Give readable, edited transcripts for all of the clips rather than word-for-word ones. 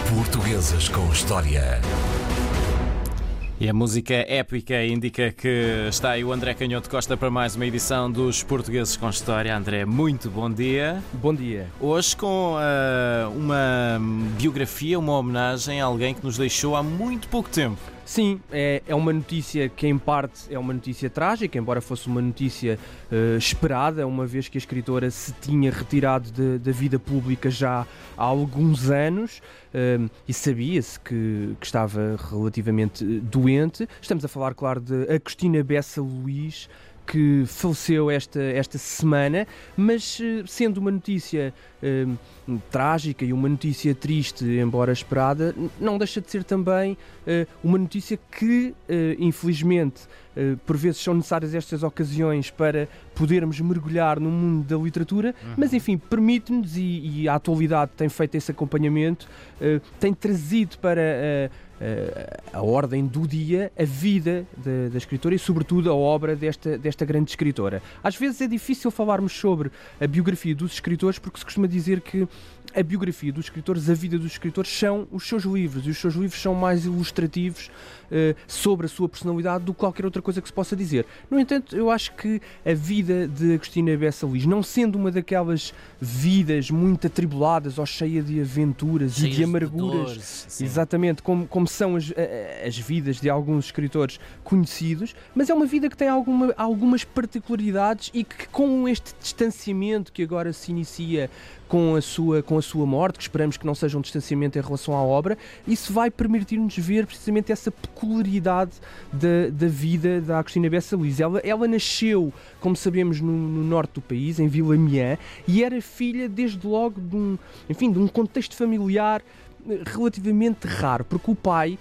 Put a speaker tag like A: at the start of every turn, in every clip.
A: Portuguesas com História.
B: E a música épica indica que está aí o André Canhoto Costa para mais uma edição dos Portugueses com História. André, muito bom dia.
C: Bom dia.
B: Hoje com uma biografia, uma homenagem a alguém que nos deixou há muito pouco tempo.
C: Sim, é uma notícia que em parte é uma notícia trágica, embora fosse uma notícia esperada, uma vez que a escritora se tinha retirado da vida pública já há alguns anos e sabia-se que estava relativamente doente. Estamos a falar, claro, de Agostina Bessa Luís, que faleceu esta semana, mas sendo uma notícia trágica e uma notícia triste, embora esperada, não deixa de ser também uma notícia que, infelizmente, por vezes são necessárias estas ocasiões para podermos mergulhar no mundo da literatura, mas enfim, permite-nos, e a atualidade tem feito esse acompanhamento, tem trazido para a ordem do dia a vida da escritora e sobretudo a obra desta grande escritora. Às vezes é difícil falarmos sobre a biografia dos escritores porque se costuma dizer que a biografia dos escritores, a vida dos escritores são os seus livros, e os seus livros são mais ilustrativos sobre a sua personalidade do que qualquer outra coisa que se possa dizer. No entanto, eu acho que a vida de Agostina Bessa Luís, não sendo uma daquelas vidas muito atribuladas ou cheia de aventuras e de amarguras, exatamente, como são as vidas de alguns escritores conhecidos, mas é uma vida que tem algumas particularidades e que, com este distanciamento que agora se inicia com a sua morte, que esperamos que não seja um distanciamento em relação à obra, isso vai permitir-nos ver precisamente essa peculiaridade da vida da Agostina Bessa Luís. Ela nasceu, como sabemos, no norte do país, em Vilamiã, e era filha, desde logo, de um contexto familiar relativamente raro, porque o pai,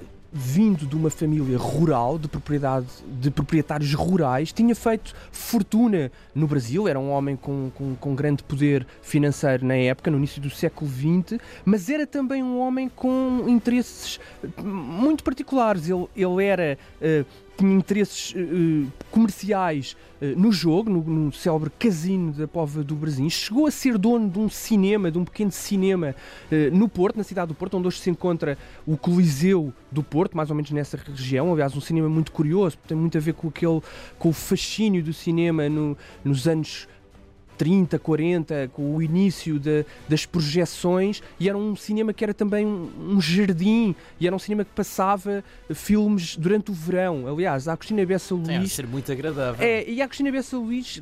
C: vindo de uma família rural, de proprietários rurais, tinha feito fortuna no Brasil, era um homem com grande poder financeiro na época, no início do século XX, mas era também um homem com interesses muito particulares. Ele tinha interesses comerciais no jogo, no célebre casino da Póvoa do Varzim. Chegou a ser dono de um pequeno cinema no Porto, na cidade do Porto, onde hoje se encontra o Coliseu do Porto, mais ou menos nessa região. Aliás, um cinema muito curioso, tem muito a ver com o fascínio do cinema nos anos 30, 40, com o início das projeções, e era um cinema que era também um jardim, e era um cinema que passava filmes durante o verão. Aliás, a Agostina Bessa Luís...
B: Tem a ser muito agradável.
C: E a Agostina Bessa Luís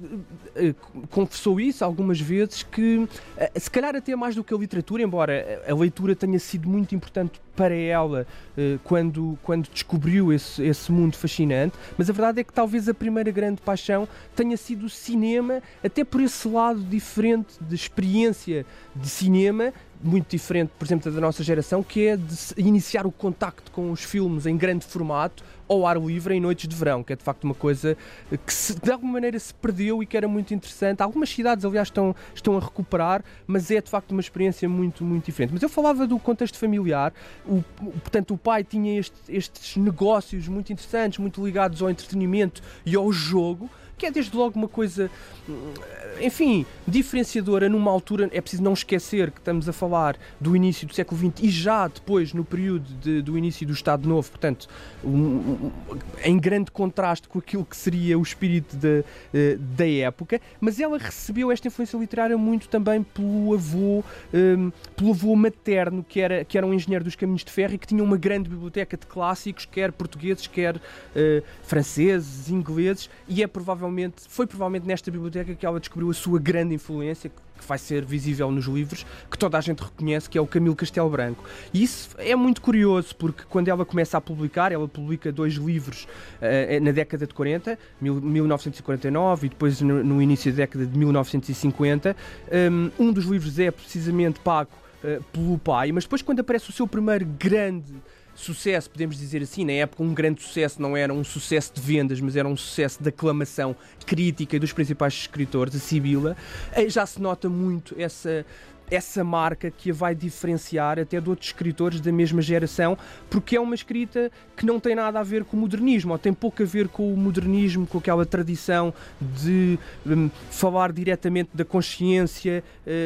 C: confessou isso algumas vezes, que se calhar até mais do que a literatura, embora a leitura tenha sido muito importante para ela quando descobriu esse mundo fascinante, mas a verdade é que talvez a primeira grande paixão tenha sido o cinema, até por esse lado diferente de experiência de cinema, muito diferente, por exemplo, da nossa geração, que é de iniciar o contacto com os filmes em grande formato, ao ar livre, em noites de verão, que é de facto uma coisa que de alguma maneira se perdeu e que era muito interessante. Algumas cidades, aliás, estão a recuperar, mas é de facto uma experiência muito, muito diferente. Mas eu falava do contexto familiar, portanto o pai tinha estes negócios muito interessantes, muito ligados ao entretenimento e ao jogo, que é desde logo uma coisa, enfim, diferenciadora numa altura. É preciso não esquecer que estamos a falar do início do século XX e já depois no período do início do Estado Novo, portanto, em grande contraste com aquilo que seria o espírito da época, mas ela recebeu esta influência literária muito também pelo avô materno, que era um engenheiro dos caminhos de ferro e que tinha uma grande biblioteca de clássicos, quer portugueses, quer franceses, ingleses, e foi provavelmente nesta biblioteca que ela descobriu a sua grande influência, que vai ser visível nos livros, que toda a gente reconhece, que é o Camilo Castelo Branco. E isso é muito curioso, porque quando ela começa a publicar, ela publica 2 livros na década de 40, 1949, e depois no início da década de 1950. Um dos livros é precisamente pago pelo pai, mas depois, quando aparece o seu primeiro grande sucesso, podemos dizer assim, na época um grande sucesso, não era um sucesso de vendas, mas era um sucesso de aclamação crítica dos principais escritores, a Sibila, já se nota muito essa marca que a vai diferenciar até de outros escritores da mesma geração, porque é uma escrita que não tem nada a ver com o modernismo, ou tem pouco a ver com o modernismo, com aquela tradição de falar diretamente da consciência,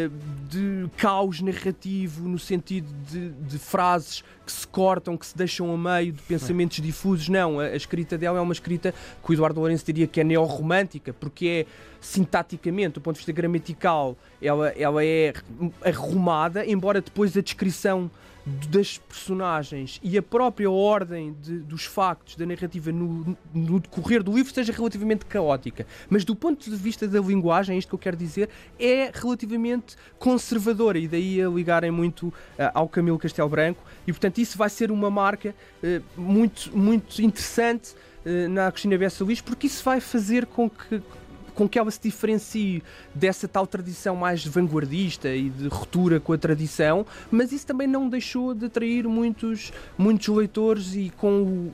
C: de caos narrativo, no sentido de frases que se cortam, que se deixam a meio, de pensamentos difusos. Não, a escrita dela é uma escrita que o Eduardo Lourenço diria que é neorromântica, porque é sintaticamente, do ponto de vista gramatical, ela é arrumada, embora depois a descrição das personagens e a própria ordem dos factos da narrativa no decorrer do livro seja relativamente caótica. Mas do ponto de vista da linguagem, é isto que eu quero dizer, é relativamente conservadora, e daí a ligarem muito ao Camilo Castelo Branco, e portanto isso vai ser uma marca muito, muito interessante na Agostina Bessa Luís, porque isso vai fazer com que ela se diferencie dessa tal tradição mais vanguardista e de ruptura com a tradição, mas isso também não deixou de atrair muitos leitores, e com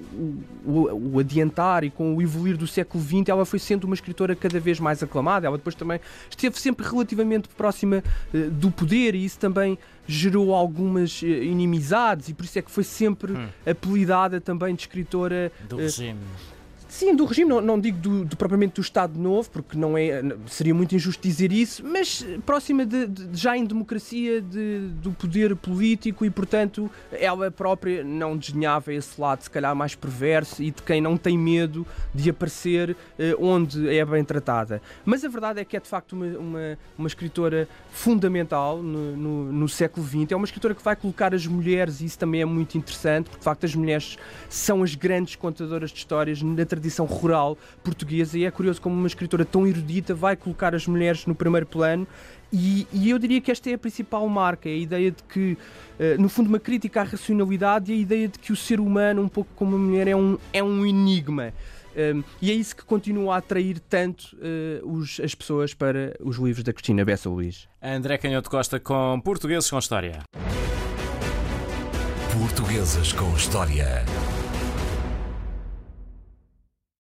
C: o adiantar e com o evoluir do século XX, ela foi sendo uma escritora cada vez mais aclamada. Ela depois também esteve sempre relativamente próxima do poder, e isso também gerou algumas inimizades, e por isso é que foi sempre apelidada também de escritora
B: do regime.
C: Sim, do regime, não digo propriamente do Estado Novo, porque seria muito injusto dizer isso, mas próxima já em democracia do poder político, e portanto ela própria não desdenhava esse lado se calhar mais perverso e de quem não tem medo de aparecer onde é bem tratada. Mas a verdade é que é de facto uma escritora fundamental no século XX, é uma escritora que vai colocar as mulheres, e isso também é muito interessante, porque de facto as mulheres são as grandes contadoras de histórias na tradição rural portuguesa, e é curioso como uma escritora tão erudita vai colocar as mulheres no primeiro plano, e eu diria que esta é a principal marca, é a ideia de que, no fundo, uma crítica à racionalidade, e a ideia de que o ser humano, um pouco como a mulher, é um enigma. E é isso que continua a atrair tanto as pessoas para os livros da Agostina Bessa Luís.
B: André Canhoto Costa com Portugueses com História.
A: Portugueses com História.